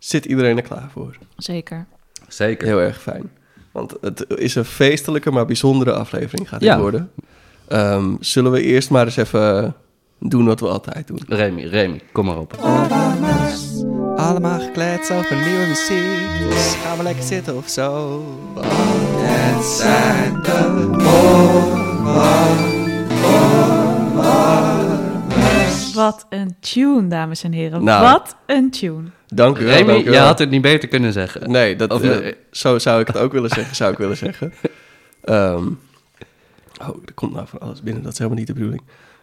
Zit iedereen er klaar voor? Zeker. Zeker. Heel erg fijn. Want het is een feestelijke, maar bijzondere aflevering gaat dit worden. Zullen we eerst maar eens even doen wat we altijd doen? Remy, kom maar op. Allemaal gekleed over nieuwe muziek. Dus gaan we lekker zitten of zo. Het zijn de Wat een tune, dames en heren. Nou. Wat een tune. Dank u wel. Remy, dank u je wel. had het niet beter kunnen zeggen. Nee, zo zou ik het ook willen zeggen. Er komt nou van alles binnen. Dat is helemaal niet de bedoeling.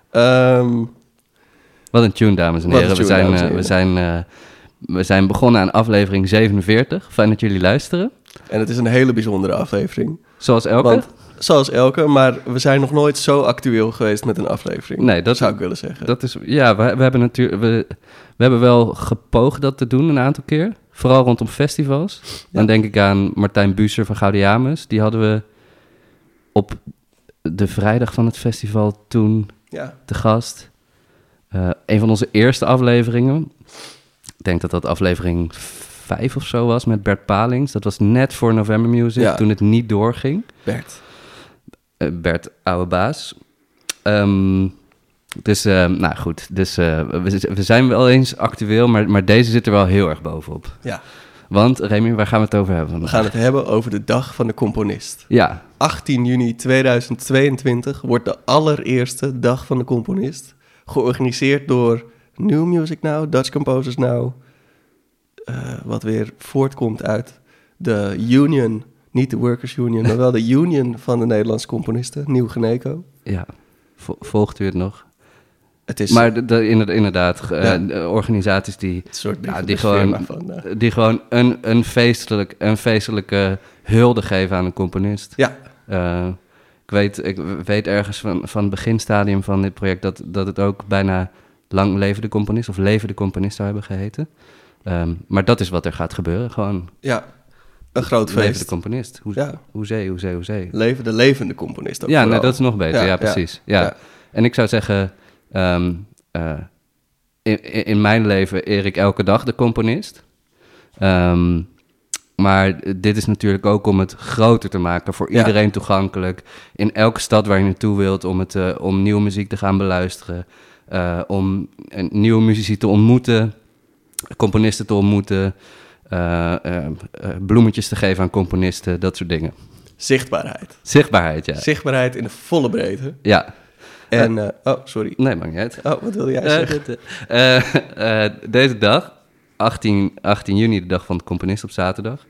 Wat een tune, dames en Wat een heren. tune, dames en heren. We zijn begonnen aan aflevering 47. Fijn dat jullie luisteren. En het is een hele bijzondere aflevering. Zoals elke. Zoals elke, maar we zijn nog nooit zo actueel geweest met een aflevering. Nee, dat zou ik willen zeggen. Dat is, ja, we hebben natuurlijk... We hebben wel gepoogd dat te doen een aantal keer. Vooral rondom festivals. Ja. Dan denk ik aan Martijn Buesser van Gaudiamus. Die hadden we op de vrijdag van het festival toen te gast. Een van onze eerste afleveringen. Ik denk dat dat aflevering 5 of zo was met Bert Palings. Dat was net voor November Music, toen het niet doorging. Bert, oude baas. Nou goed. We zijn wel eens actueel, maar deze zit er wel heel erg bovenop. Ja. Want, Remy, waar gaan we het over hebben vandaag? We gaan het hebben over de Dag van de Componist. Ja. 18 juni 2022 wordt de allereerste Dag van de Componist. Georganiseerd door New Music Now, Dutch Composers Now. Wat weer voortkomt uit de Union, niet de Workers Union, maar wel de Union van de Nederlandse componisten, Nieuw Geneco. Ja, volgt u het nog? Het is, maar inderdaad, organisaties die gewoon een feestelijke hulde geven aan een componist. Ja. Ik weet ergens van het beginstadium van dit project dat het ook bijna Lang Leven de Componist of Leven de Componist zou hebben geheten. Maar dat is wat er gaat gebeuren, gewoon. Ja, een groot feest. Leven de componist. Hoezee. Leven de levende componist ook. Ja, nee, dat is nog beter. Ja, precies. Ja. En ik zou zeggen, in mijn leven eer ik elke dag de componist. Maar dit is natuurlijk ook om het groter te maken, voor iedereen toegankelijk. In elke stad waar je naartoe wilt, om nieuwe muziek te gaan beluisteren. Om nieuwe muzici te ontmoeten, componisten te ontmoeten, bloemetjes te geven aan componisten, dat soort dingen. Zichtbaarheid, ja. Zichtbaarheid in de volle breedte. Ja. En, sorry. Nee, maakt niet uit. Wat wilde jij zeggen? Deze dag, 18 juni, de dag van de componist op zaterdag,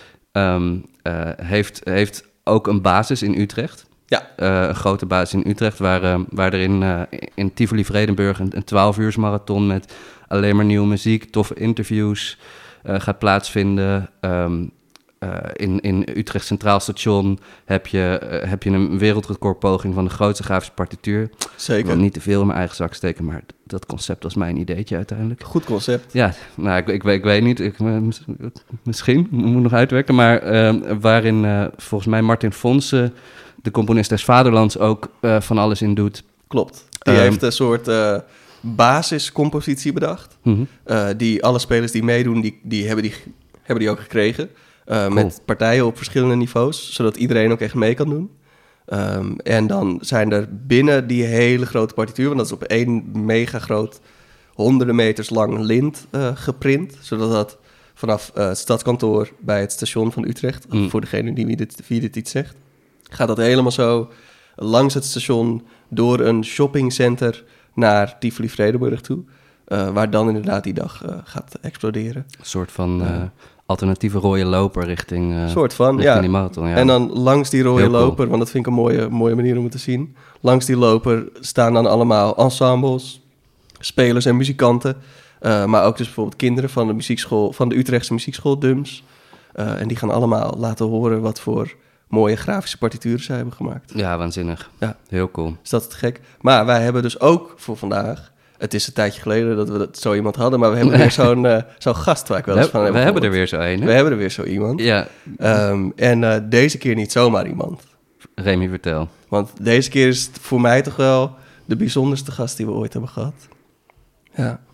heeft ook een basis in Utrecht. Ja. Een grote basis in Utrecht, waar er in Tivoli Vredenburg een 12-uursmarathon met alleen maar nieuwe muziek, toffe interviews gaat plaatsvinden. In Utrecht Centraal Station heb je een wereldrecordpoging van de grootste grafische partituur. Zeker. Ik wil niet te veel in mijn eigen zak steken, maar dat concept was mijn ideetje uiteindelijk. Goed concept. Ja, nou, ik weet niet. Misschien, moet nog uitwerken. Maar waarin volgens mij Martin Fonse, de componist des Vaderlands, ook van alles in doet. Klopt. Die heeft een soort basiscompositie bedacht. Mm-hmm. Die alle spelers die meedoen, die hebben die ook gekregen. Cool. Met partijen op verschillende niveaus, zodat iedereen ook echt mee kan doen. En dan zijn er binnen die hele grote partituur, want dat is op 1 mega groot, honderden meters lang lint geprint, zodat dat vanaf het stadskantoor bij het station van Utrecht, voor degene wie dit iets zegt, gaat dat helemaal zo langs het station door een shoppingcenter naar Tivoli Vredenburg toe, waar dan inderdaad die dag gaat exploderen. Een soort van alternatieve rode loper richting die marathon. Ja. En dan langs die rode loper, want dat vind ik een mooie manier om het te zien. Langs die loper staan dan allemaal ensembles, spelers en muzikanten. Maar ook dus bijvoorbeeld kinderen van de muziekschool, van de Utrechtse muziekschool DUMS. En die gaan allemaal laten horen wat voor mooie grafische partituren zij hebben gemaakt. Ja, waanzinnig. Ja. Heel cool. Is dat te gek? Maar wij hebben dus ook voor vandaag... Het is een tijdje geleden dat we zo iemand hadden, maar we hebben weer zo'n gast waar ik wel eens van heb. We hebben er weer zo een. We hebben er weer zo iemand. Ja. En deze keer niet zomaar iemand. Remy, vertel. Want deze keer is het voor mij toch wel de bijzonderste gast die we ooit hebben gehad. Ja.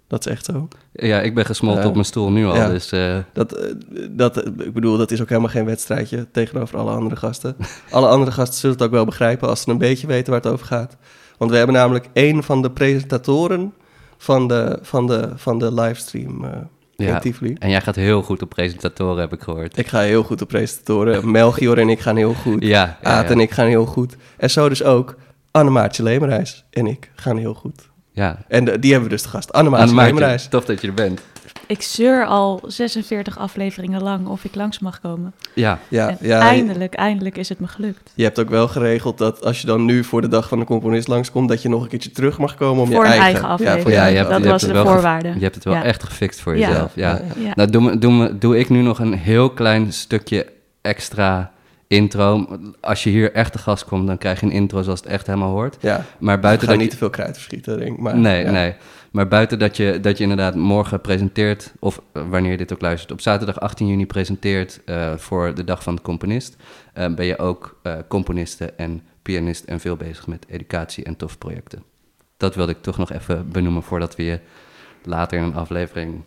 Dat is echt zo. Ja, ik ben gesmolten op mijn stoel nu al, ja. dus... Ik bedoel, dat is ook helemaal geen wedstrijdje tegenover alle andere gasten. Alle andere gasten zullen het ook wel begrijpen als ze een beetje weten waar het over gaat. Want we hebben namelijk een van de presentatoren van de livestream in Tivoli. En jij gaat heel goed op presentatoren, heb ik gehoord. Ik ga heel goed op presentatoren. Melchior en ik gaan heel goed. Aad en ik gaan heel goed. En zo dus ook Annemaartje Leemreis en ik gaan heel goed. Ja. En die hebben we dus te gast. Annemaartje Leemreis. Tof dat je er bent. Ik zeur al 46 afleveringen lang of ik langs mag komen. Ja. Eindelijk is het me gelukt. Je hebt ook wel geregeld dat als je dan nu voor de dag van de componist langskomt, dat je nog een keertje terug mag komen om voor je eigen aflevering. Dat was de voorwaarde. Je hebt het wel echt gefixt voor jezelf. Ja. Ja. Nou, doe ik nu nog een heel klein stukje extra intro. Als je hier echt te gast komt, dan krijg je een intro zoals het echt helemaal hoort. Ja, maar buiten dat niet te veel kruid verschieten, denk ik. Maar, nee. Maar buiten dat je inderdaad morgen presenteert, of wanneer je dit ook luistert, op zaterdag 18 juni presenteert voor de Dag van de Componist, ben je ook componiste en pianist en veel bezig met educatie en toffe projecten. Dat wilde ik toch nog even benoemen voordat we je later in een aflevering...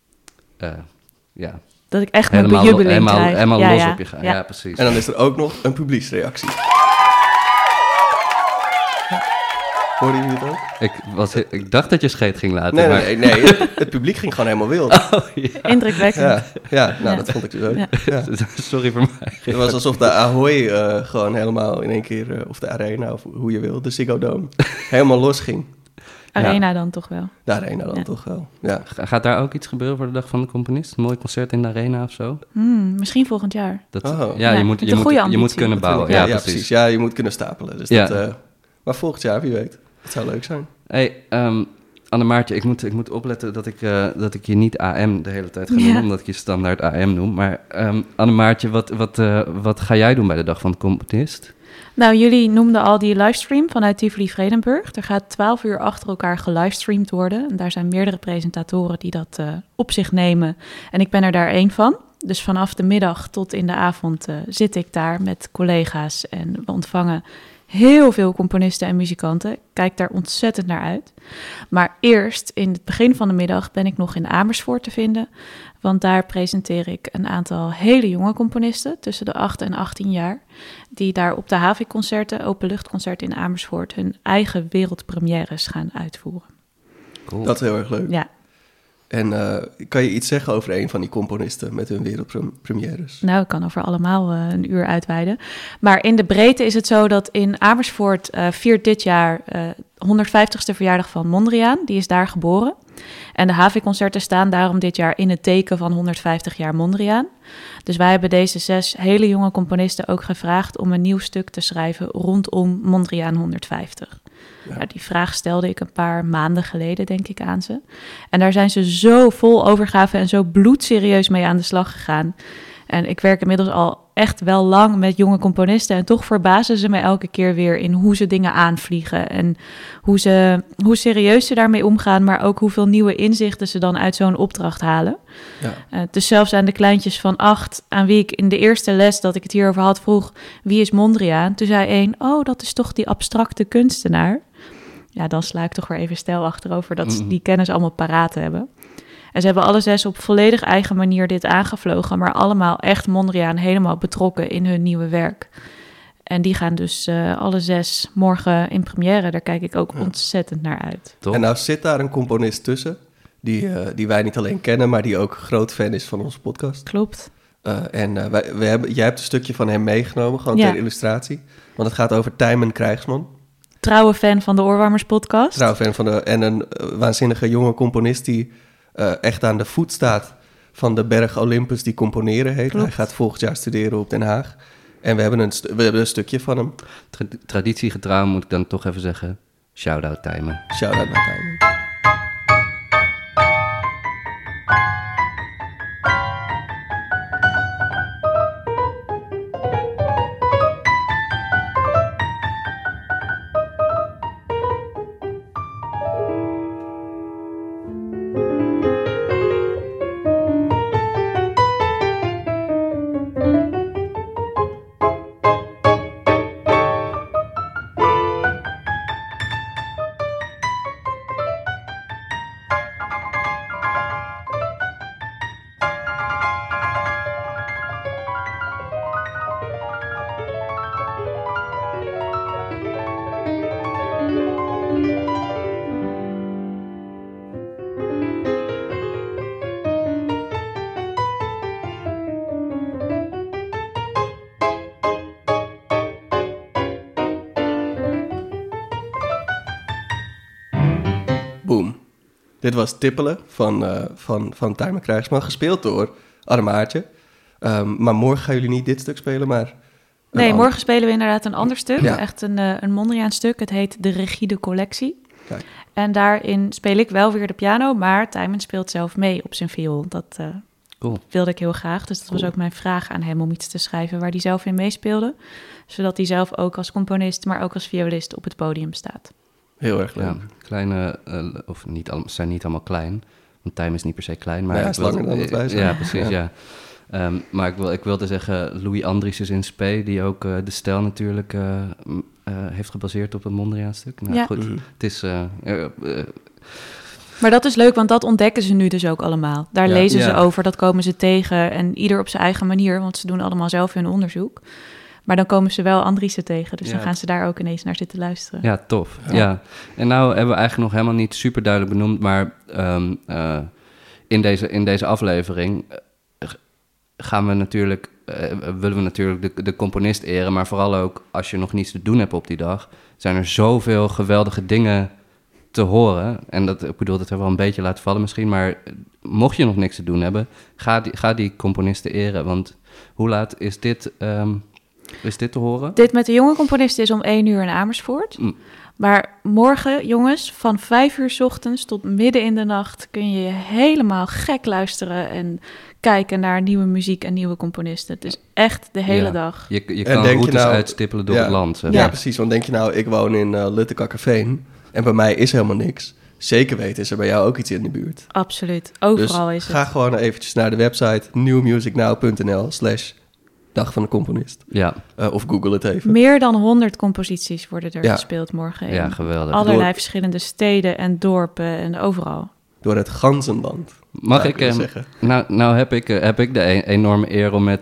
Dat ik echt mijn bejubeling krijg. Helemaal los op je ga. Ja, precies. En dan is er ook nog een publieksreactie. Hoorden jullie het ook? Ik dacht dat je scheet ging laten. Nee. Het publiek ging gewoon helemaal wild. Oh, ja. Indrukwekkend. Dat vond ik dus ook. Ja. Sorry voor mij. Het was alsof de Ahoy gewoon helemaal in één keer, of de Arena, of hoe je wil, de Ziggo Dome, helemaal los ging. Arena dan toch wel. De Arena dan toch wel, ja. Gaat daar ook iets gebeuren voor de Dag van de Componist? Een mooi concert in de Arena of zo? Misschien volgend jaar. Je moet kunnen bouwen. Ja, precies. Ja, je moet kunnen stapelen. Dus maar volgend jaar, wie weet. Het zou leuk zijn. Hey, Annemaartje, ik moet opletten dat ik je niet AM de hele tijd ga noemen, omdat ik je standaard AM noem. Maar Annemaartje, wat ga jij doen bij de Dag van de Componist? Nou, jullie noemden al die livestream vanuit Tivoli Vredenburg. Er gaat 12 uur achter elkaar gelivestreamd worden. En daar zijn meerdere presentatoren die dat op zich nemen. En ik ben er daar één van. Dus vanaf de middag tot in de avond zit ik daar met collega's. En we ontvangen heel veel componisten en muzikanten. Ik kijk daar ontzettend naar uit. Maar eerst, in het begin van de middag, ben ik nog in Amersfoort te vinden. Want daar presenteer ik een aantal hele jonge componisten, tussen de 8 en 18 jaar, die daar op de Havik-concerten, openluchtconcerten in Amersfoort, hun eigen wereldpremières gaan uitvoeren. Cool. Dat is heel erg leuk. Ja. En kan je iets zeggen over een van die componisten met hun wereldpremières? Nou, ik kan over allemaal een uur uitweiden. Maar in de breedte is het zo dat in Amersfoort viert dit jaar 150ste verjaardag van Mondriaan. Die is daar geboren. En de Havik-concerten staan daarom dit jaar in het teken van 150 jaar Mondriaan. Dus wij hebben deze 6 hele jonge componisten ook gevraagd om een nieuw stuk te schrijven rondom Mondriaan 150. Ja. Nou, die vraag stelde ik een paar maanden geleden, denk ik, aan ze. En daar zijn ze zo vol overgave en zo bloedserieus mee aan de slag gegaan. En ik werk inmiddels al echt wel lang met jonge componisten. En toch verbazen ze me elke keer weer in hoe ze dingen aanvliegen. En hoe serieus ze daarmee omgaan. Maar ook hoeveel nieuwe inzichten ze dan uit zo'n opdracht halen. Ja. Dus zelfs aan de kleintjes van 8, aan wie ik in de eerste les dat ik het hierover had vroeg, wie is Mondriaan? Toen zei één, dat is toch die abstracte kunstenaar. Ja, dan sla ik toch weer even stijl achterover dat ze die kennis allemaal paraat hebben. En ze hebben alle 6 op volledig eigen manier dit aangevlogen, maar allemaal echt Mondriaan helemaal betrokken in hun nieuwe werk. En die gaan dus alle 6 morgen in première. Daar kijk ik ook ontzettend naar uit. Top. En nou zit daar een componist tussen, die wij niet alleen kennen, maar die ook groot fan is van onze podcast. Klopt. Jij hebt een stukje van hem meegenomen, gewoon ter illustratie. Want het gaat over Tijmen Krijgsman. Trouwe fan van de Oorwarmers podcast. Trouwe fan en een waanzinnige jonge componist die echt aan de voet staat van de berg Olympus die componeren heet. Klopt. Hij gaat volgend jaar studeren op Den Haag. En we hebben een stukje van hem. Traditiegetrouw moet ik dan toch even zeggen. Shout-out Tijmen. Shout-out naar Tijmen. Dit was Tippelen van Tijmen Krijgsman, gespeeld door Armaatje. Maar morgen gaan jullie niet dit stuk spelen, maar... Nee, morgen spelen we inderdaad een ander stuk. Ja. Echt een Mondriaan stuk. Het heet De Rigide Collectie. Kijk. En daarin speel ik wel weer de piano, maar Tijmen speelt zelf mee op zijn viool. Dat Cool. wilde ik heel graag. Dus dat was ook mijn vraag aan hem om iets te schrijven waar hij zelf in meespeelde. Zodat hij zelf ook als componist, maar ook als violist op het podium staat. Heel erg leuk. Ja, kleine, of niet, zijn niet allemaal klein. Want Tijmen is niet per se klein. Maar hij is langer dan dat wij zijn. Ja, precies, ja. Maar ik wilde zeggen, Louis Andriessen in Spe, die ook de stijl natuurlijk heeft gebaseerd op het Mondriaan stuk. Nou Ja. goed, het is... Maar dat is leuk, want dat ontdekken ze nu dus ook allemaal. Daar Ja. lezen ze Ja. over, dat komen ze tegen. En ieder op zijn eigen manier, want ze doen allemaal zelf hun onderzoek. Maar dan komen ze wel Andriessen tegen. Dus Ja. dan gaan ze daar ook ineens naar zitten luisteren. Ja, tof. Ja. Ja. En nou hebben we eigenlijk nog helemaal niet super duidelijk benoemd, maar in deze aflevering gaan we natuurlijk, willen we natuurlijk de componist eren, maar vooral ook als je nog niets te doen hebt op die dag, zijn er zoveel geweldige dingen te horen. En dat, ik bedoel, dat hebben we al een beetje laten vallen misschien, maar mocht je nog niks te doen hebben, ga die componisten eren, want hoe laat is dit te horen? Dit met de jonge componisten is om 1 uur in Amersfoort. Mm. Maar morgen, jongens, van 5 uur 's ochtends tot midden in de nacht kun je helemaal gek luisteren en kijken naar nieuwe muziek en nieuwe componisten. Het is echt de hele Ja. dag. Je En kan denk je routes nou- uitstippelen door Ja. het land. Zeg. Ja, precies. Want denk je nou, ik woon in Luttekakkerveen en bij mij is helemaal niks. Zeker weten is er bij jou ook iets in de buurt. Absoluut. Overal Dus is het. ga gewoon eventjes naar de website newmusicnow.nl/dag van de componist. Ja, Of google het even. Meer dan 100 composities worden er Ja. gespeeld morgen in ja, geweldig. allerlei Door- verschillende steden en dorpen en overal. Door het ganzenland. Mag zou ik willen hem... zeggen. Nou heb ik de enorme eer om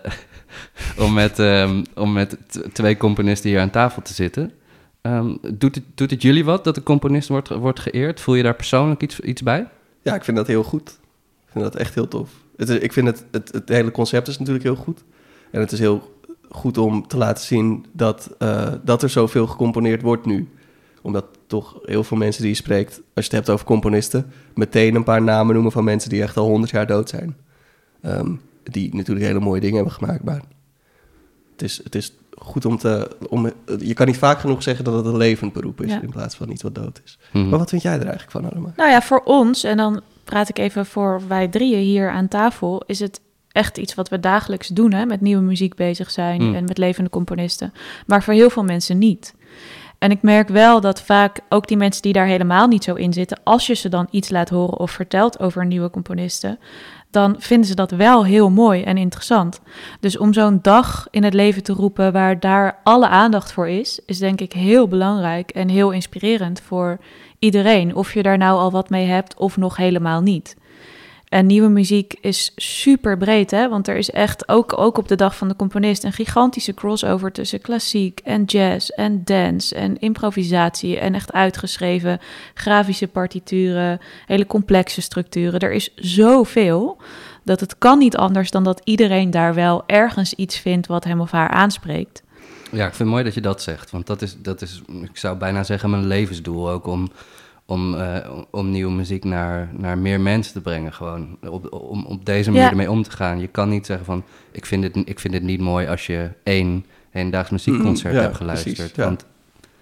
met 2 componisten hier aan tafel te zitten. Doet het jullie wat dat de componist wordt geëerd? Voel je daar persoonlijk iets bij? Ja, ik vind dat heel goed. Ik vind dat echt heel tof. Ik vind het hele concept is natuurlijk heel goed. En het is heel goed om te laten zien dat er zoveel gecomponeerd wordt nu. Omdat toch heel veel mensen die je spreekt, als je het hebt over componisten, meteen een paar namen noemen van mensen die echt al 100 jaar dood zijn. Die natuurlijk hele mooie dingen hebben gemaakt. Maar het is goed je kan niet vaak genoeg zeggen dat het een levend beroep is, Ja. in plaats van iets wat dood is. Mhm. Maar wat vind jij er eigenlijk van allemaal? Nou ja, voor ons, en dan praat ik even voor wij drieën hier aan tafel, is het echt iets wat we dagelijks doen, hè, met nieuwe muziek bezig zijn Mm. en met levende componisten. Maar voor heel veel mensen niet. En ik merk wel dat vaak ook die mensen die daar helemaal niet zo in zitten, als je ze dan iets laat horen of vertelt over nieuwe componisten, dan vinden ze dat wel heel mooi en interessant. Dus om zo'n dag in het leven te roepen waar daar alle aandacht voor is denk ik heel belangrijk en heel inspirerend voor iedereen. Of je daar nou al wat mee hebt of nog helemaal niet. En nieuwe muziek is super breed, hè? Want er is echt ook op de dag van de componist een gigantische crossover tussen klassiek en jazz en dance en improvisatie en echt uitgeschreven grafische partituren, hele complexe structuren. Er is zoveel dat het kan niet anders dan dat iedereen daar wel ergens iets vindt wat hem of haar aanspreekt. Ja, ik vind het mooi dat je dat zegt. Want dat is ik zou bijna zeggen, mijn levensdoel ook om nieuwe muziek naar meer mensen te brengen. Gewoon om op deze manier ermee om te gaan. Je kan niet zeggen van, ik vind het niet mooi als je 1 heendaags muziekconcert Ja, hebt geluisterd. precies, ja. Want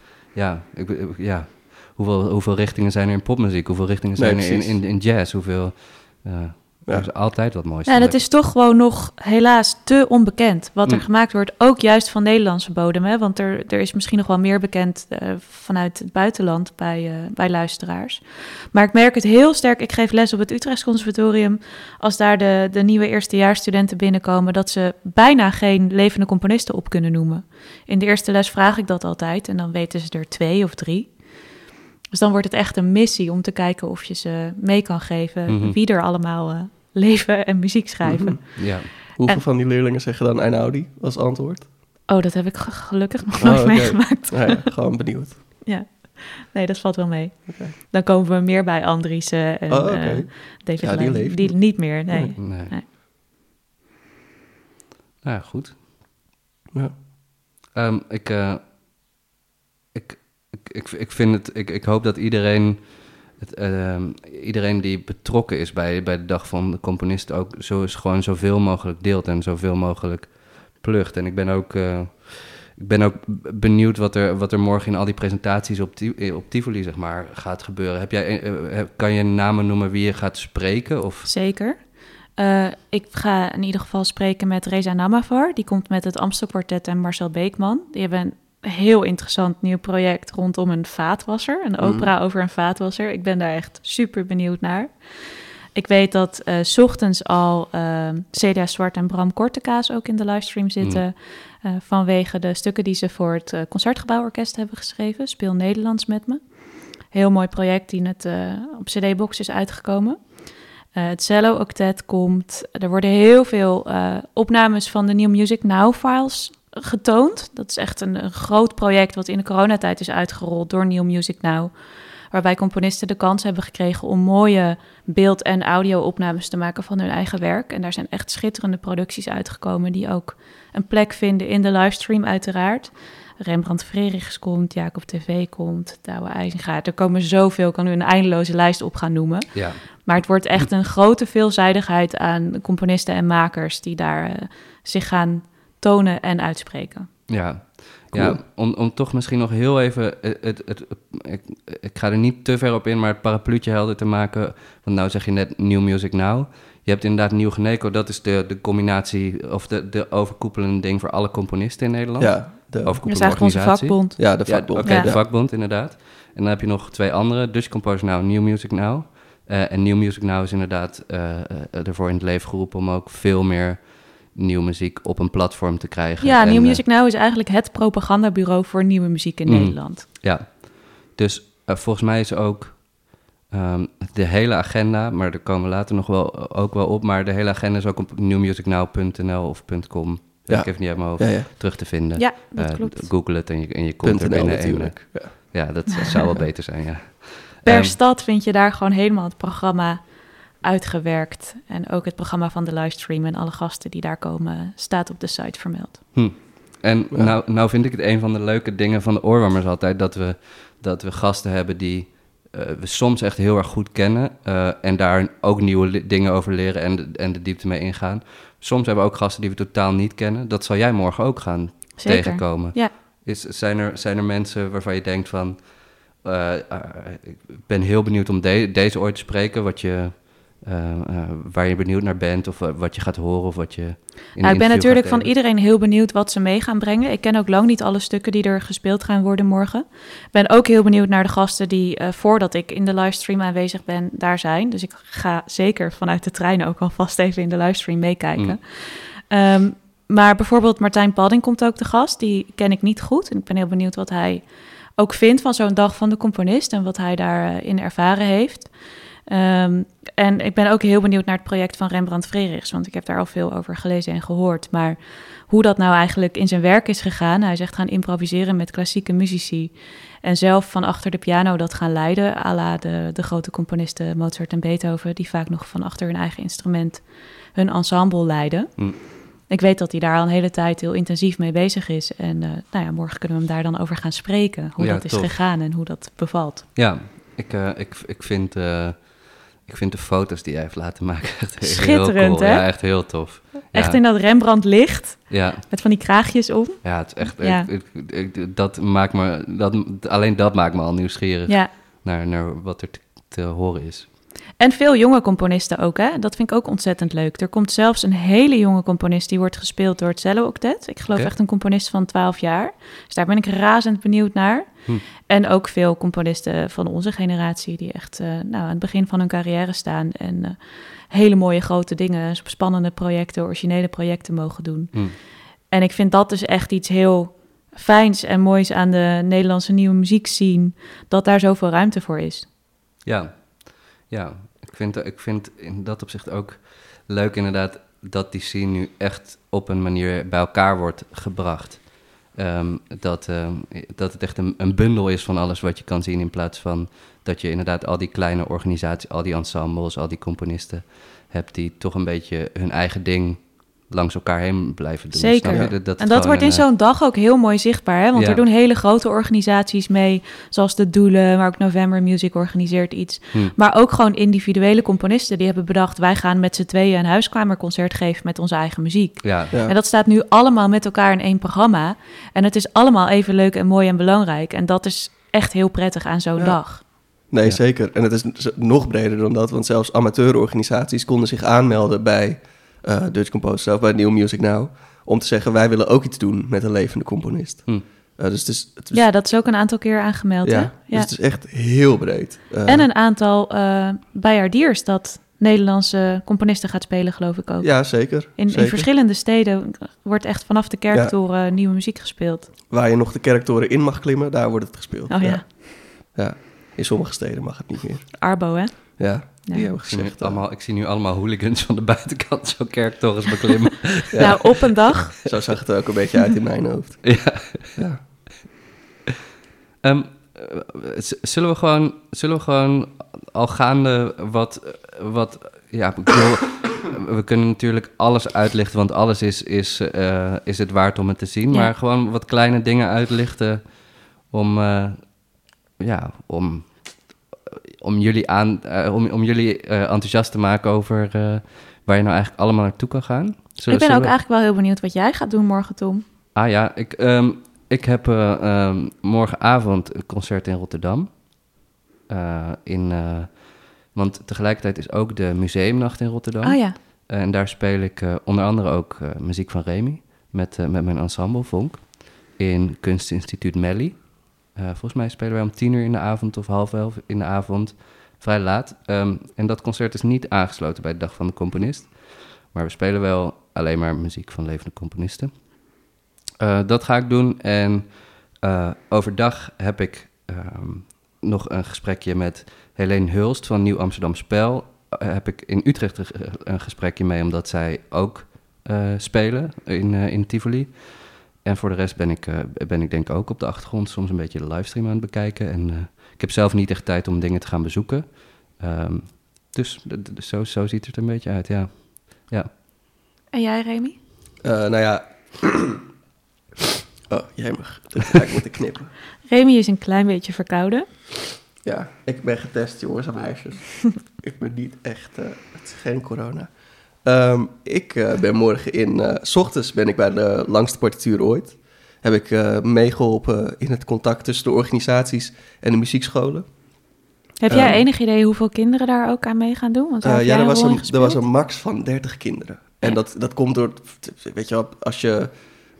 hoeveel richtingen zijn er in popmuziek? Hoeveel richtingen zijn er in jazz? Hoeveel... Er is altijd wat moois. Ja, en het is toch gewoon nog helaas te onbekend wat er Mm. gemaakt wordt. Ook juist van Nederlandse bodem. Hè? Want er is misschien nog wel meer bekend vanuit het buitenland bij luisteraars. Maar ik merk het heel sterk. Ik geef les op het Utrechts Conservatorium. Als daar de nieuwe eerstejaarsstudenten binnenkomen, dat ze bijna geen levende componisten op kunnen noemen. In de eerste les vraag ik dat altijd. En dan weten ze er 2 of 3. Dus dan wordt het echt een missie om te kijken of je ze mee kan geven. Wie er allemaal leven en muziek schrijven. Ja. Hoeveel van die leerlingen zeggen dan Einaudi als antwoord? Oh, dat heb ik gelukkig nog nooit oké. meegemaakt. Nou ja, gewoon benieuwd. Ja, nee, dat valt wel mee. Oké. Dan komen we meer bij Andriessen en David Ja, die Lane. leven Die niet. niet meer, nee. Nee. Nee. Nou ja, goed. Ja. Ik vind het... Ik hoop dat iedereen iedereen die betrokken is bij de dag van de componist ook gewoon zoveel mogelijk deelt en zoveel mogelijk plucht. En ik ben ook benieuwd wat er morgen in al die presentaties op Tivoli, zeg maar, gaat gebeuren. Kan je namen noemen wie je gaat spreken? Of? Zeker. Ik ga in ieder geval spreken met Reza Namavar. Die komt met het Amstel Quartet en Marcel Beekman. Die hebben een heel interessant nieuw project rondom een vaatwasser. Een opera over een vaatwasser. Ik ben daar echt super benieuwd naar. Ik weet dat 's ochtends al Celia Zwart en Bram Kortekaas ook in de livestream zitten. Vanwege de stukken die ze voor het Concertgebouworkest hebben geschreven. Speel Nederlands met me. Heel mooi project die net op CD-box is uitgekomen. Het cello-octet komt. Er worden heel veel opnames van de New Music Now files getoond. Dat is echt een groot project wat in de coronatijd is uitgerold door New Music Now. Waarbij componisten de kans hebben gekregen om mooie beeld- en audio-opnames te maken van hun eigen werk. En daar zijn echt schitterende producties uitgekomen die ook een plek vinden in de livestream uiteraard. Rembrandt Frerichs komt, Jacob TV komt, Douwe IJzenga. Er komen zoveel, ik kan u een eindeloze lijst op gaan noemen. Ja. Maar het wordt echt een grote veelzijdigheid aan componisten en makers die daar zich gaan tonen en uitspreken. Ja, cool. Ja, om toch misschien nog heel even, ik ga er niet te ver op in, maar het parapluutje helder te maken. Want nou zeg je net New Music Now. Je hebt inderdaad Nieuw Geneco, dat is de combinatie of de overkoepelende ding voor alle componisten in Nederland. Ja, dat is eigenlijk onze vakbond. Ja, de vakbond. De vakbond inderdaad. En dan heb je nog 2 andere, Dutch Composer Now, New Music Now. En New Music Now is inderdaad ervoor in het leven geroepen om ook veel meer nieuwe muziek op een platform te krijgen. Ja, New Music Now is eigenlijk het propagandabureau voor nieuwe muziek in Nederland. Ja, dus volgens mij is ook de hele agenda, maar daar komen we later nog wel op, maar de hele agenda is ook op newmusicnow.nl of .com. Ja. Ik heb het niet uit mijn hoofd terug te vinden. Ja, dat klopt. Google het en je komt er binnen. Natuurlijk. Ja, dat zou wel beter zijn, ja. Per stad vind je daar gewoon helemaal het programma uitgewerkt. En ook het programma van de livestream en alle gasten die daar komen staat op de site vermeld. En nou vind ik het een van de leuke dingen van de Oorwarmers altijd dat we gasten hebben die we soms echt heel erg goed kennen en daar ook nieuwe dingen over leren en de diepte mee ingaan. Soms hebben we ook gasten die we totaal niet kennen. Dat zal jij morgen ook gaan tegenkomen. Ja. Zijn er mensen waarvan je denkt van ik ben heel benieuwd om deze ooit te spreken, waar je benieuwd naar bent of wat je gaat horen of wat je ik ben natuurlijk van iedereen heel benieuwd wat ze mee gaan brengen. Ik ken ook lang niet alle stukken die er gespeeld gaan worden morgen. Ik ben ook heel benieuwd naar de gasten die voordat ik in de livestream aanwezig ben, daar zijn. Dus ik ga zeker vanuit de trein ook alvast even in de livestream meekijken. Maar bijvoorbeeld Martijn Padding komt ook te gast. Die ken ik niet goed en ik ben heel benieuwd wat hij ook vindt van zo'n dag van de componist en wat hij daarin ervaren heeft. En ik ben ook heel benieuwd naar het project van Rembrandt Frerichs, want ik heb daar al veel over gelezen en gehoord. Maar hoe dat nou eigenlijk in zijn werk is gegaan. Hij is echt gaan improviseren met klassieke muzici en zelf van achter de piano dat gaan leiden, à la de grote componisten Mozart en Beethoven, die vaak nog van achter hun eigen instrument hun ensemble leiden. Ik weet dat hij daar al een hele tijd heel intensief mee bezig is. En morgen kunnen we hem daar dan over gaan spreken. Hoe dat is gegaan en hoe dat bevalt. Ja, ik vind de foto's die hij heeft laten maken echt schitterend, heel cool. Hè? Ja, echt heel tof. Echt in dat Rembrandt licht. Ja. Met van die kraagjes om. Ja, het is echt... Ja. Alleen dat maakt me al nieuwsgierig naar wat er te horen is. En veel jonge componisten ook, hè? Dat vind ik ook ontzettend leuk. Er komt zelfs een hele jonge componist die wordt gespeeld door het cello-octet. Ik geloof echt een componist van 12 jaar. Dus daar ben ik razend benieuwd naar. En ook veel componisten van onze generatie die echt aan het begin van hun carrière staan en hele mooie grote dingen, spannende projecten, originele projecten mogen doen. En ik vind dat dus echt iets heel fijns en moois aan de Nederlandse nieuwe muziekscene, dat daar zoveel ruimte voor is. Ja, ik vind in dat opzicht ook leuk inderdaad dat die scene nu echt op een manier bij elkaar wordt gebracht. Dat het echt een bundel is van alles wat je kan zien in plaats van dat je inderdaad al die kleine organisaties, al die ensembles, al die componisten hebt die toch een beetje hun eigen ding langs elkaar heen blijven doen. Zeker. Snap je? En dat wordt in zo'n dag ook heel mooi zichtbaar. Hè? Want er doen hele grote organisaties mee, zoals de Doelen, maar ook November Music organiseert iets. Maar ook gewoon individuele componisten die hebben bedacht, wij gaan met z'n tweeën een huiskamerconcert geven met onze eigen muziek. Ja. En dat staat nu allemaal met elkaar in één programma. En het is allemaal even leuk en mooi en belangrijk. En dat is echt heel prettig aan zo'n dag. Nee, zeker. En het is nog breder dan dat, want zelfs amateurorganisaties konden zich aanmelden bij Dutch Composers of bij New Music Now, om te zeggen, wij willen ook iets doen met een levende componist. Dus het is, ja, dat is ook een aantal keer aangemeld. Ja, hè? dus het is echt heel breed. En een aantal bijaardiers dat Nederlandse componisten gaat spelen, geloof ik ook. Ja, zeker. In verschillende steden wordt echt vanaf de kerktoren nieuwe muziek gespeeld. Waar je nog de kerktoren in mag klimmen, daar wordt het gespeeld. Oh ja. Ja. In sommige steden mag het niet meer. Arbo, hè? Ja, die hebben gezegd. Ik zie nu allemaal hooligans van de buitenkant zo kerktorens beklimmen. Nou, op een dag. Zo zag het er ook een beetje uit in mijn hoofd. Ja. Zullen we gewoon al gaande wat ja, ik bedoel, we kunnen natuurlijk alles uitlichten, want alles is het waard om het te zien. Ja. Maar gewoon wat kleine dingen uitlichten om jullie om jullie enthousiast te maken over waar je nou eigenlijk allemaal naartoe kan gaan. Ik ben ook eigenlijk wel heel benieuwd wat jij gaat doen morgen, Tom. Ah ja, ik heb morgenavond een concert in Rotterdam. Want tegelijkertijd is ook de museumnacht in Rotterdam. Oh ja. En daar speel ik onder andere ook muziek van Remy met mijn ensemble Vonk in Kunstinstituut Melly. Volgens mij spelen wij om 10:00 in de avond of 10:30 in de avond, vrij laat. En dat concert is niet aangesloten bij de Dag van de Componist. Maar we spelen wel alleen maar muziek van levende componisten. Dat ga ik doen. En overdag heb ik nog een gesprekje met Helene Hulst van Nieuw Amsterdam Spel. Heb ik in Utrecht een gesprekje mee, omdat zij ook spelen in Tivoli. En voor de rest ben ik denk ik ook op de achtergrond soms een beetje de livestream aan het bekijken. En ik heb zelf niet echt tijd om dingen te gaan bezoeken. Dus zo ziet het er een beetje uit, ja. En jij, Remy? Nou ja... Oh, jij mag. Dat ga ik moeten knippen. Remy is een klein beetje verkouden. Ja, ik ben getest, jongens en meisjes. Ik ben niet echt... het is geen corona. Ik ben morgen 's ochtends ben ik bij de langste partituur ooit. Heb ik meegeholpen in het contact tussen de organisaties en de muziekscholen. Heb jij enig idee hoeveel kinderen daar ook aan mee gaan doen? Want er was een max van 30 kinderen. En dat komt door, weet je wel, als je...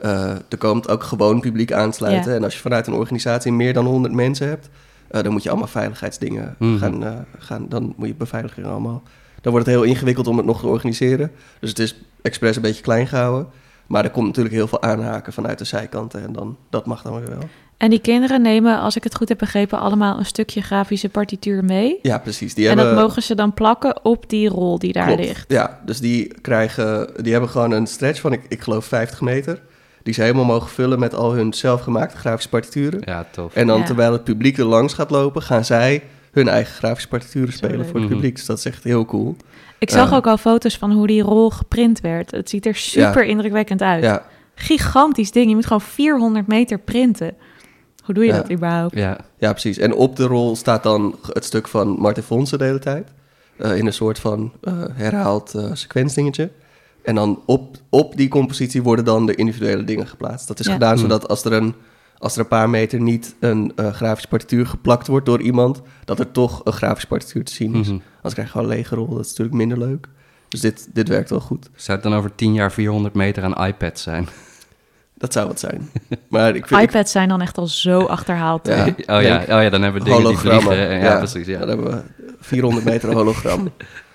er komt ook gewoon publiek aansluiten. Ja. En als je vanuit een organisatie meer dan 100 mensen hebt... dan moet je allemaal veiligheidsdingen gaan. Dan moet je beveiliging allemaal... Dan wordt het heel ingewikkeld om het nog te organiseren. Dus het is expres een beetje klein gehouden. Maar er komt natuurlijk heel veel aanhaken vanuit de zijkanten. En dat mag dan weer wel. En die kinderen nemen, als ik het goed heb begrepen... allemaal een stukje grafische partituur mee. Ja, precies. Dat mogen ze dan plakken op die rol die daar ligt. Ja, dus die hebben gewoon een stretch van, ik geloof 50 meter... die ze helemaal mogen vullen met al hun zelfgemaakte grafische partituren. Ja, tof. En dan terwijl het publiek er langs gaat lopen... gaan zij hun eigen grafische partituren spelen voor het publiek. Dus dat is echt heel cool. Ik zag ook al foto's van hoe die rol geprint werd. Het ziet er super indrukwekkend uit. Ja. Gigantisch ding. Je moet gewoon 400 meter printen. Hoe doe je dat überhaupt? Ja, precies. En op de rol staat dan het stuk van Martin Fonse de hele tijd. In een soort van herhaald sequence-dingetje. En dan op die compositie worden dan de individuele dingen geplaatst. Dat is gedaan zodat als er een paar meter niet een grafische partituur geplakt wordt door iemand... dat er toch een grafische partituur te zien is. Als krijg je gewoon een lege rol, dat is natuurlijk minder leuk. Dus dit werkt wel goed. Zou het dan over 10 jaar 400 meter aan iPads zijn? Dat zou het zijn. Maar iPads zijn dan echt al zo achterhaald. Ja. Oh ja, dan hebben we dingen die vliegen. Ja, precies. Ja. Dan hebben we 400 meter hologram.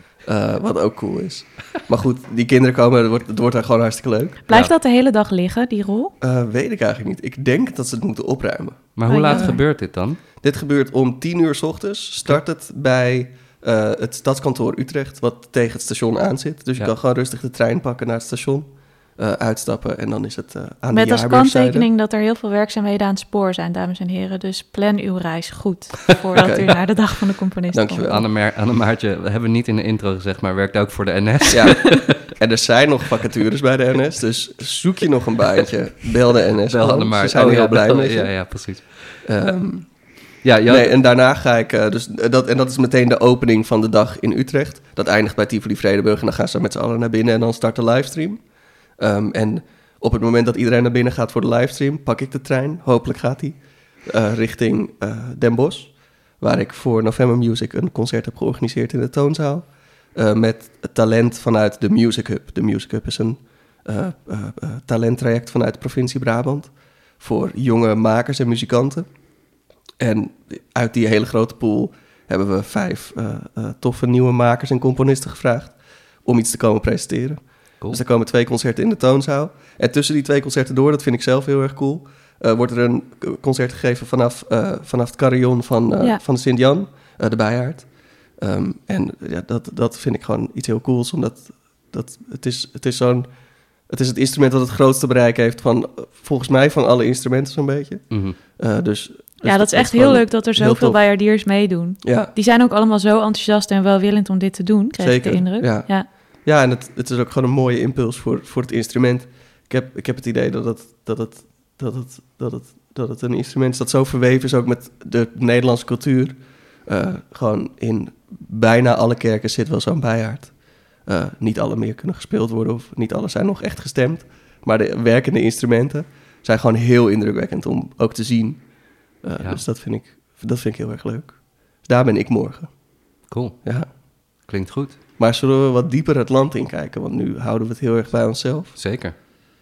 Wat ook cool is. Maar goed, die kinderen komen, het wordt daar gewoon hartstikke leuk. Blijft dat de hele dag liggen, die rol? Weet ik eigenlijk niet. Ik denk dat ze het moeten opruimen. Maar hoe laat gebeurt dit dan? Dit gebeurt om 10:00 's ochtends. Start het bij het stadskantoor Utrecht, wat tegen het station aan zit. Dus je kan gewoon rustig de trein pakken naar het station. Uitstappen en dan is het aan de jaarbeurzijde. Met als kanttekening dat er heel veel werkzaamheden aan het spoor zijn, dames en heren. Dus plan uw reis goed voordat u naar de Dag van de Componist Dankjewel. komt. Anne Maartje, we hebben niet in de intro gezegd, maar werkt ook voor de NS. Ja, En er zijn nog vacatures bij de NS, dus zoek je nog een baantje, bel de NS. Bel aan, ze zijn heel blij met je. Ja, precies. Nee, en daarna ga ik... dat is meteen de opening van de dag in Utrecht. Dat eindigt bij Tivoli Vredenburg en dan gaan ze met z'n allen naar binnen en dan start de livestream. En op het moment dat iedereen naar binnen gaat voor de livestream, pak ik de trein. Hopelijk gaat die richting Den Bosch, waar ik voor November Music een concert heb georganiseerd in de Toonzaal. Met talent vanuit de Music Hub. De Music Hub is een talenttraject vanuit de provincie Brabant voor jonge makers en muzikanten. En uit die hele grote pool hebben we 5 toffe nieuwe makers en componisten gevraagd om iets te komen presenteren. Cool. Dus er komen 2 concerten in de Toonzaal. En tussen die 2 concerten door, dat vind ik zelf heel erg cool, wordt er een concert gegeven vanaf het carillon van de Sint-Jan, de Bijaard. En dat vind ik gewoon iets heel cools, omdat het is het instrument dat het grootste bereik heeft volgens mij van alle instrumenten zo'n beetje. Mm-hmm. Dus dat is echt heel leuk dat er zoveel bijaardiers meedoen. Ja. Die zijn ook allemaal zo enthousiast en welwillend om dit te doen, krijg ik de indruk. Ja, en het is ook gewoon een mooie impuls voor het instrument. Ik heb het idee dat het een instrument is dat zo verweven is ook met de Nederlandse cultuur. Gewoon in bijna alle kerken zit wel zo'n bijaard. Niet alle meer kunnen gespeeld worden of niet alle zijn nog echt gestemd. Maar de werkende instrumenten zijn gewoon heel indrukwekkend om ook te zien. Dus dat vind ik heel erg leuk. Dus daar ben ik morgen. Cool. Ja. Klinkt goed. Maar zullen we wat dieper het land inkijken? Want nu houden we het heel erg bij onszelf. Zeker.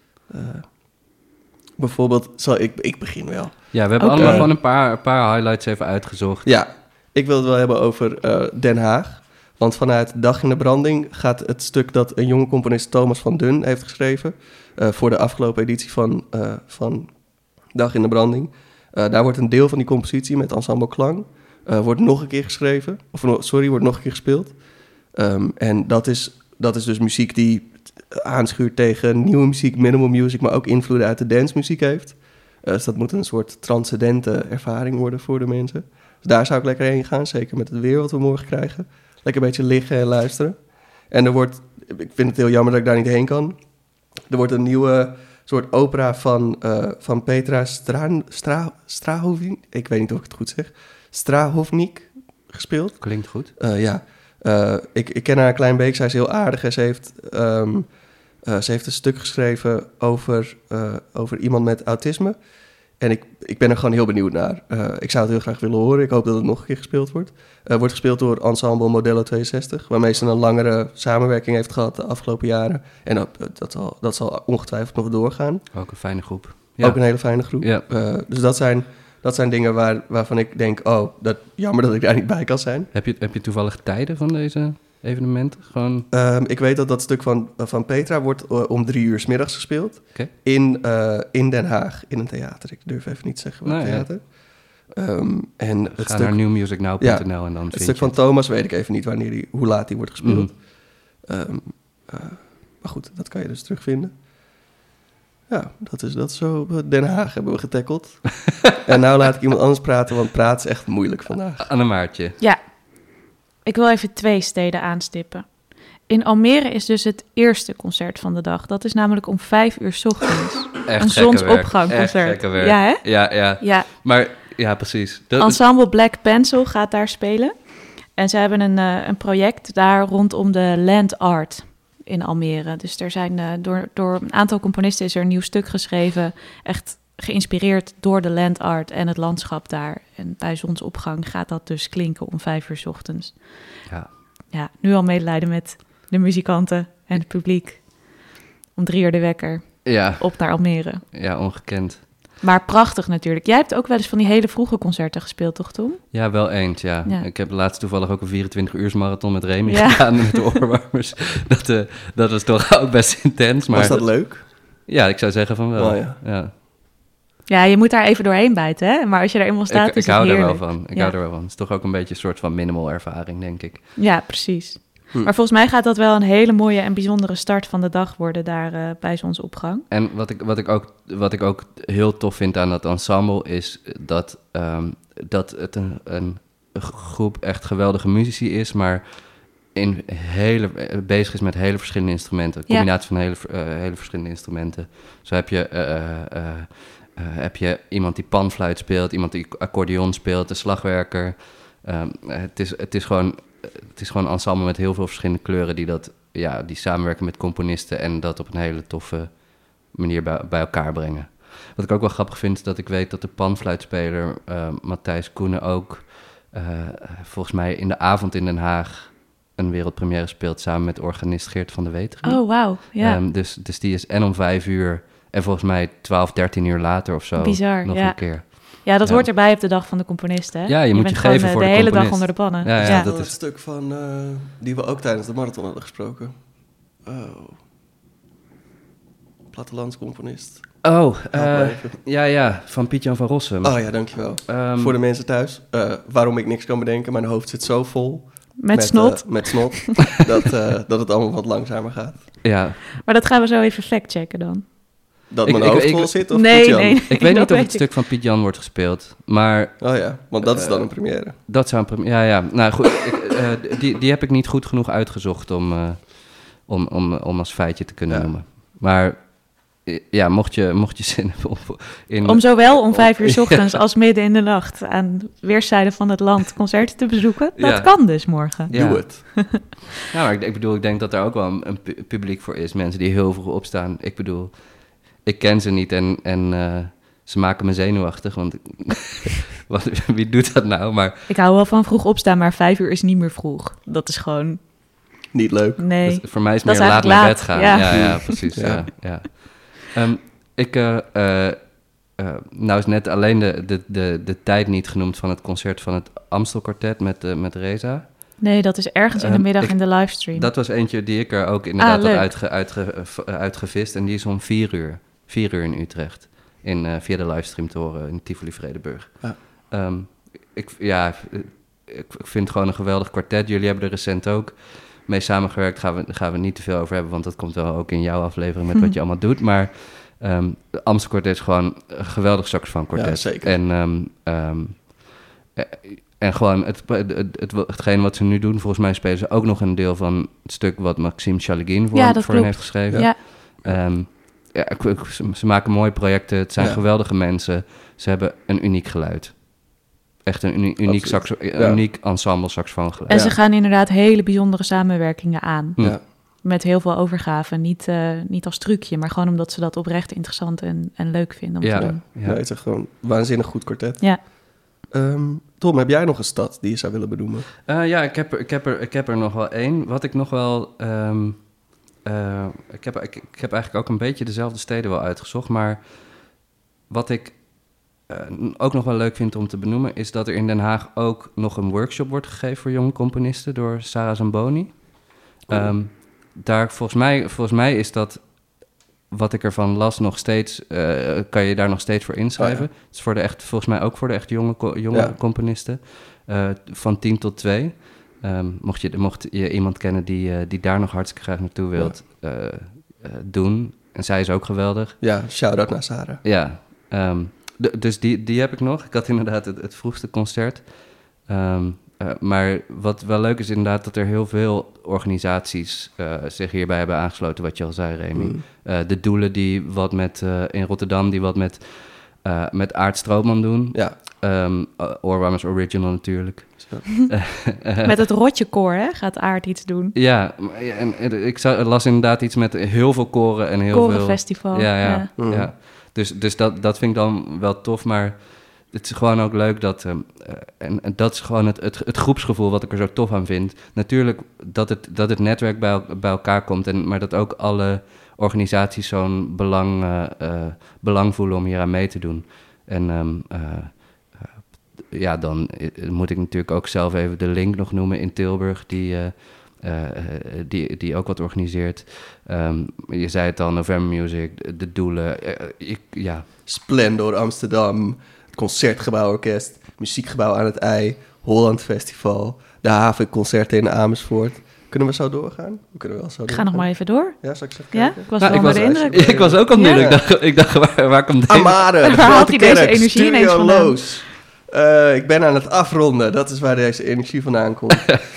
Bijvoorbeeld, ik begin wel. Ja, we hebben allemaal gewoon een paar highlights even uitgezocht. Ja, ik wil het wel hebben over Den Haag. Want vanuit Dag in de Branding gaat het stuk dat een jonge componist Thomas van Dun heeft geschreven voor de afgelopen editie van Dag in de Branding. Daar wordt een deel van die compositie met ensemble klank wordt nog een keer geschreven. Wordt nog een keer gespeeld. En dat is dus muziek die aanschuurt tegen nieuwe muziek, minimal music, maar ook invloeden uit de dancemuziek heeft. Dus dat moet een soort transcendente ervaring worden voor de mensen. Dus daar zou ik lekker heen gaan, zeker met het weer wat we morgen krijgen. Lekker een beetje liggen en luisteren. En ik vind het heel jammer dat ik daar niet heen kan. Er wordt een nieuwe soort opera van Petra Strahovnik, ik weet niet of ik het goed zeg, Strahovnik gespeeld. Klinkt goed. Ja. Ik ken haar een klein beetje, zij is heel aardig en ze heeft een stuk geschreven over iemand met autisme. En ik ben er gewoon heel benieuwd naar. Ik zou het heel graag willen horen. Ik hoop dat het nog een keer gespeeld wordt. Wordt gespeeld door Ensemble Modello 62... waarmee ze een langere samenwerking heeft gehad de afgelopen jaren. En dat zal ongetwijfeld nog doorgaan. Ook een fijne groep. Ja. Ook een hele fijne groep. Ja. Dus dat zijn dingen waarvan ik denk, jammer dat ik daar niet bij kan zijn. Heb je toevallig tijden van deze evenementen? Gewoon... Ik weet dat stuk van Petra wordt om 3 uur 's middags gespeeld. Okay. In Den Haag, in een theater. Ik durf even niet te zeggen wat theater. En het Ga stuk, naar newmusicnow.nl en dan het vind stuk van Thomas weet ik even niet hoe laat die wordt gespeeld. Maar goed, dat kan je dus terugvinden. Ja, dat is zo. Den Haag hebben we getackeld. En nou laat ik iemand anders praten, want praten is echt moeilijk vandaag. Annemaartje. Ja, ik wil even 2 steden aanstippen. In Almere is dus het eerste concert van de dag. Dat is namelijk om 5 uur 's ochtends. Echt een zonsopgangconcert. Ja, hè? Ja. Maar ja, precies. Ensemble Black Pencil gaat daar spelen. En ze hebben een project daar rondom de land art in Almere. Dus er zijn door een aantal componisten is er een nieuw stuk geschreven, echt geïnspireerd door de land art en het landschap daar. En bij zonsopgang gaat dat dus klinken om 5 uur 's ochtends. Ja, nu al medelijden met de muzikanten en het publiek. Om 3 uur de wekker. Ja. Op naar Almere. Ja, ongekend. Maar prachtig natuurlijk. Jij hebt ook wel eens van die hele vroege concerten gespeeld, toch, Tom? Ja, wel eens, ja. Ik heb laatst toevallig ook een 24-uursmarathon met Remy gedaan met de oorwarmers. Dat was toch ook best intens. Maar... Was dat leuk? Ja, ik zou zeggen van wel. Ja, je moet daar even doorheen bijten, hè? Maar als je daar eenmaal staat, is het heerlijk. Ik hou er wel van. Het is toch ook een beetje een soort van minimal ervaring, denk ik. Ja, precies. Maar volgens mij gaat dat wel een hele mooie en bijzondere start van de dag worden daar bij zonsopgang. En wat ik ook heel tof vind aan dat ensemble is dat het een groep echt geweldige muzici is, maar bezig is met hele verschillende instrumenten. Een combinatie van hele verschillende instrumenten. Zo heb je iemand die panfluit speelt, iemand die accordeon speelt, een slagwerker. Het is gewoon een ensemble met heel veel verschillende kleuren die samenwerken met componisten en dat op een hele toffe manier bij elkaar brengen. Wat ik ook wel grappig vind, is dat ik weet dat de panfluitspeler Matthijs Koenen ook volgens mij in de avond in Den Haag een wereldpremière speelt samen met organist Geert van de Wetering. Oh, wauw. Ja. Dus die is en om 5 uur en volgens mij 12, 13 uur later of zo. Bizar, nog een keer. Ja, dat hoort erbij op de dag van de componist, hè? Ja, je moet bent je geven voor de hele componist. dag onder de pannen. Ja, dat is het stuk van die we ook tijdens de marathon hadden gesproken. Plattelandscomponist. Van Piet-Jan van Rossum. Oh ja, dankjewel. Voor de mensen thuis, waarom ik niks kan bedenken, mijn hoofd zit zo vol. Met snot. Met snot, dat het allemaal wat langzamer gaat. Ja. Maar dat gaan we zo even factchecken dan. Dat mijn hoofd vol zit of nee, Piet-Jan? Nee. Ik weet niet of het stuk van Piet-Jan wordt gespeeld, maar... Oh ja, want dat is dan een première. Dat zou een première... Ja. Nou goed, die heb ik niet goed genoeg uitgezocht om als feitje te kunnen noemen. Maar ja, mocht je zin hebben om zowel om 5 uur 's ochtends als midden in de nacht aan weerszijden van het land concerten te bezoeken, dat kan dus morgen. Ja. Doe het. Ja, maar ik denk dat er ook wel een publiek voor is. Mensen die heel vroeg opstaan. Ik bedoel, ik ken ze niet en ze maken me zenuwachtig, want wie doet dat nou? Maar ik hou wel van vroeg opstaan, maar 5 uur is niet meer vroeg. Dat is gewoon... Niet leuk. Nee. Dus voor mij is het meer laat naar bed gaan. Ja, precies. Ja. Nou is net alleen de tijd niet genoemd van het concert van het Amstel Quartet met Reza. Nee, dat is ergens in de middag in de livestream. Dat was eentje die ik er ook inderdaad had uitgevist. En die is om 4 uur. 4 uur in Utrecht. Via de livestream te horen in Tivoli Vredenburg. Ja. Ik vind het gewoon een geweldig kwartet. Jullie hebben er recent ook mee samengewerkt. Gaan we niet te veel over hebben, want dat komt wel ook in jouw aflevering met wat je allemaal doet. Maar de Amstel Quartet is gewoon een geweldig saxofoonkwartet. Ja, zeker. En gewoon hetgeen wat ze nu doen, volgens mij spelen ze ook nog een deel van het stuk wat Maxime Chalegin voor hen heeft geschreven. Ja. Ze maken mooie projecten, het zijn geweldige mensen. Ze hebben een uniek geluid. Echt een uniek ensemble saxofoongeluid. En ze gaan inderdaad hele bijzondere samenwerkingen aan. Ja. Met heel veel overgave. Niet als trucje, maar gewoon omdat ze dat oprecht interessant en leuk vinden om te doen. Ja, het is echt gewoon een waanzinnig goed kwartet. Ja. Tom, heb jij nog een stad die je zou willen benoemen? Ja, ik heb er nog wel één. Wat ik nog wel... Ik heb eigenlijk ook een beetje dezelfde steden wel uitgezocht, maar wat ik ook nog wel leuk vind om te benoemen, is dat er in Den Haag ook nog een workshop wordt gegeven voor jonge componisten door Sarah Zamboni. Daar volgens mij is dat, wat ik ervan las, nog steeds, kan je daar nog steeds voor inschrijven. Het is volgens mij ook voor de echt jonge componisten, van 10 tot 2. Mocht je iemand kennen die daar nog hartstikke graag naartoe wilt doen. En zij is ook geweldig. Ja, shout-out naar Sarah. Ja, dus die heb ik nog. Ik had inderdaad het vroegste concert. Maar wat wel leuk is inderdaad dat er heel veel organisaties zich hierbij hebben aangesloten, wat je al zei, Remy. De Doelen die wat in Rotterdam, die wat met Aart Strootman doen. Ja. Oorwarmers Original natuurlijk. Met het rotjekoor, hè, gaat Aart iets doen. Ja, en ik las inderdaad iets met heel veel koren en heel Korenfestival. veel... Korenfestival. Ja. Dus dat vind ik dan wel tof, maar het is gewoon ook leuk dat... en dat is gewoon het groepsgevoel wat ik er zo tof aan vind. Natuurlijk dat het netwerk bij elkaar komt, maar dat ook alle organisaties zo'n belang voelen om hier aan mee te doen. En... dan moet ik natuurlijk ook zelf even de Link nog noemen in Tilburg, die ook wat organiseert. Je zei het al, November Music, de Doelen. Splendor Amsterdam, het Concertgebouworkest, Muziekgebouw aan het IJ, Holland Festival, de Havenconcerten in Amersfoort. Kunnen we zo doorgaan? Ik ga nog maar even door. Ja, zal ik zeggen? Ja, ik was wel onder de indruk. Ik was ook onder de indruk. Ik dacht, waar komt deze? Amare, waar haalt hij deze energie ineens vandaan? Ik ben aan het afronden. Dat is waar deze energie vandaan komt.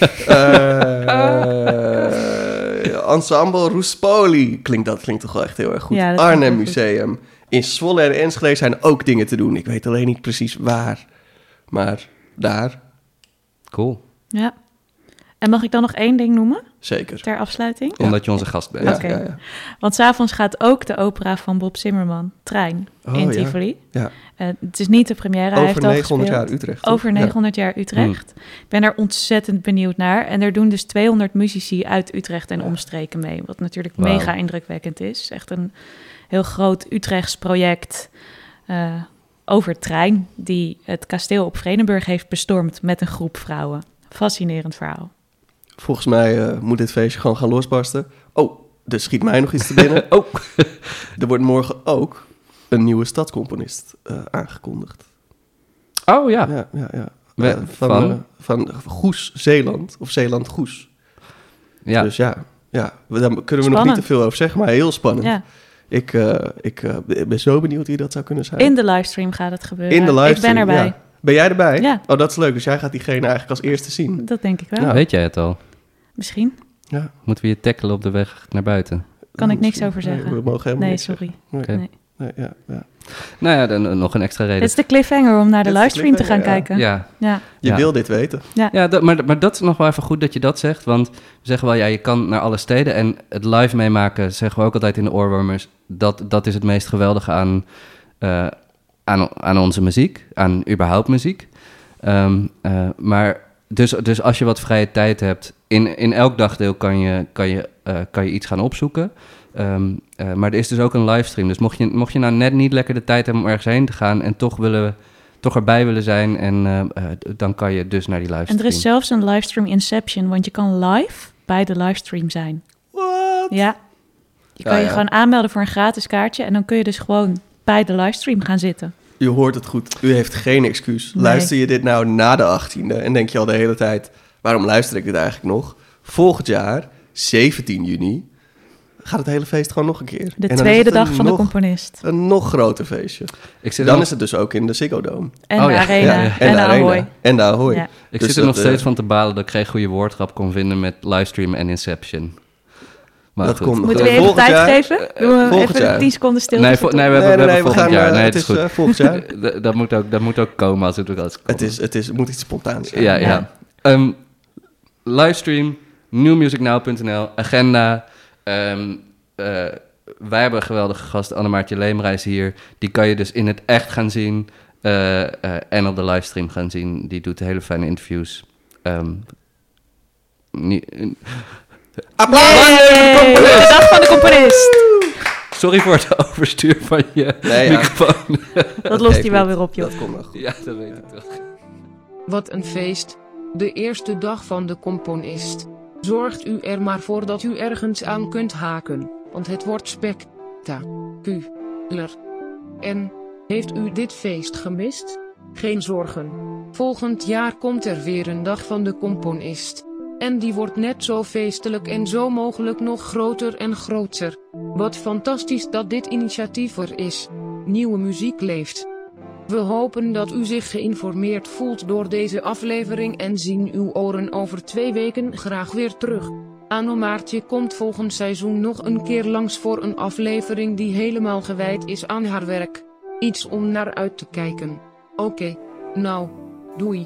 Ensemble Ruspoli. Klinkt toch wel echt heel erg goed. Ja, Arnhem Museum. In Zwolle en Enschede zijn ook dingen te doen. Ik weet alleen niet precies waar. Maar daar. Cool. Ja. En mag ik dan nog 1 ding noemen? Zeker. Ter afsluiting? Omdat je onze gast bent. Ja, Oké. ja. Want 's avonds gaat ook de opera van Bob Zimmerman, Trein, in Tivoli. Ja. Het is niet de première. Hij heeft Over al 900 gespeeld. jaar Utrecht. Over 900 jaar Utrecht. Ik ben daar ontzettend benieuwd naar. En er doen dus 200 muzici uit Utrecht en omstreken mee. Wat natuurlijk mega indrukwekkend is. Echt een heel groot Utrechts project over Trein... die het kasteel op Vredenburg heeft bestormd met een groep vrouwen. Fascinerend verhaal. Volgens mij moet dit feestje gewoon gaan losbarsten. Oh, er schiet mij nog iets te binnen. Er wordt morgen ook een nieuwe stadscomponist aangekondigd. Oh ja. Ja. Van Goes Zeeland, of Zeeland Goes. Ja. Dus daar kunnen we nog niet te veel over zeggen, maar heel spannend. Ja. Ik ben zo benieuwd wie dat zou kunnen zijn. In de livestream gaat het gebeuren. In de livestream, Ik ben erbij. ja. Ben jij erbij? Ja. Oh, dat is leuk. Dus jij gaat diegene eigenlijk als eerste zien. Dat denk ik wel. Ja. Weet jij het al? Misschien. Ja. Moeten we je tackelen op de weg naar buiten? Kan ik niks over zeggen. Nee, we mogen helemaal Nee, niks sorry. zeggen. Oké. Nee, ja. Nou ja, dan nog een extra reden. Dit is de cliffhanger om naar de Dit is de livestream te gaan cliffhanger, kijken. Ja, Je Ja. wil dit weten. ja maar dat is nog wel even goed dat je dat zegt. Want we zeggen wel, ja, je kan naar alle steden. En het live meemaken, zeggen we ook altijd in de oorwarmers... dat is het meest geweldige aan onze muziek. Aan überhaupt muziek. Maar dus als je wat vrije tijd hebt... In elk dagdeel kan je iets gaan opzoeken... maar er is dus ook een livestream. Dus mocht je nou net niet lekker de tijd hebben om ergens heen te gaan... en toch erbij willen zijn... en dan kan je dus naar die livestream. En er is zelfs een livestream Inception, want je kan live bij de livestream zijn. What? Ja. Je kan je gewoon aanmelden voor een gratis kaartje... en dan kun je dus gewoon bij de livestream gaan zitten. Je hoort het goed. U heeft geen excuus. Nee. Luister je dit nou na de 18e... en denk je al de hele tijd... waarom luister ik dit eigenlijk nog? Volgend jaar, 17 juni... gaat het hele feest gewoon nog een keer. De En dan is tweede het dag van de componist. Een nog groter feestje. Dan is het dus ook in de Ziggo Dome. En Oh de ja. Arena. Ja, ja. En de Ahoy. En de Ahoy. Ja. Ik Dus zit er nog dat, steeds van te balen dat ik geen goede woordgrap kon vinden met livestream en Inception. Maar Dat goed. komt nog. Moeten we even Volgend tijd jaar- geven? Doen we volgend even jaar. 10 seconden stil. Nee, we hebben volgend jaar. Nee, het het is is goed. volgend jaar. Dat moet ook komen als het ook als komt. Het moet iets spontaans zijn. Ja. Livestream, newmusicnow.nl, agenda. Wij hebben een geweldige gast, Annemaartje Leemreis hier. Die kan je dus in het echt gaan zien en op de livestream gaan zien. Die doet hele fijne interviews. Applaus! De dag van de componist. Sorry voor het overstuur van je microfoon. Dat lost hij wel weer op, joh. Dat komt nog goed. Ja, dat weet ik toch. Wat een feest. De eerste dag van de componist. Zorgt u er maar voor dat u ergens aan kunt haken, want het wordt spectaculair. En, heeft u dit feest gemist? Geen zorgen. Volgend jaar komt er weer een dag van de componist. En die wordt net zo feestelijk en zo mogelijk nog groter en groter. Wat fantastisch dat dit initiatief er is. Nieuwe muziek leeft. We hopen dat u zich geïnformeerd voelt door deze aflevering en zien uw oren over 2 weken graag weer terug. Annemaartje komt volgend seizoen nog een keer langs voor een aflevering die helemaal gewijd is aan haar werk. Iets om naar uit te kijken. Oké. Nou, doei.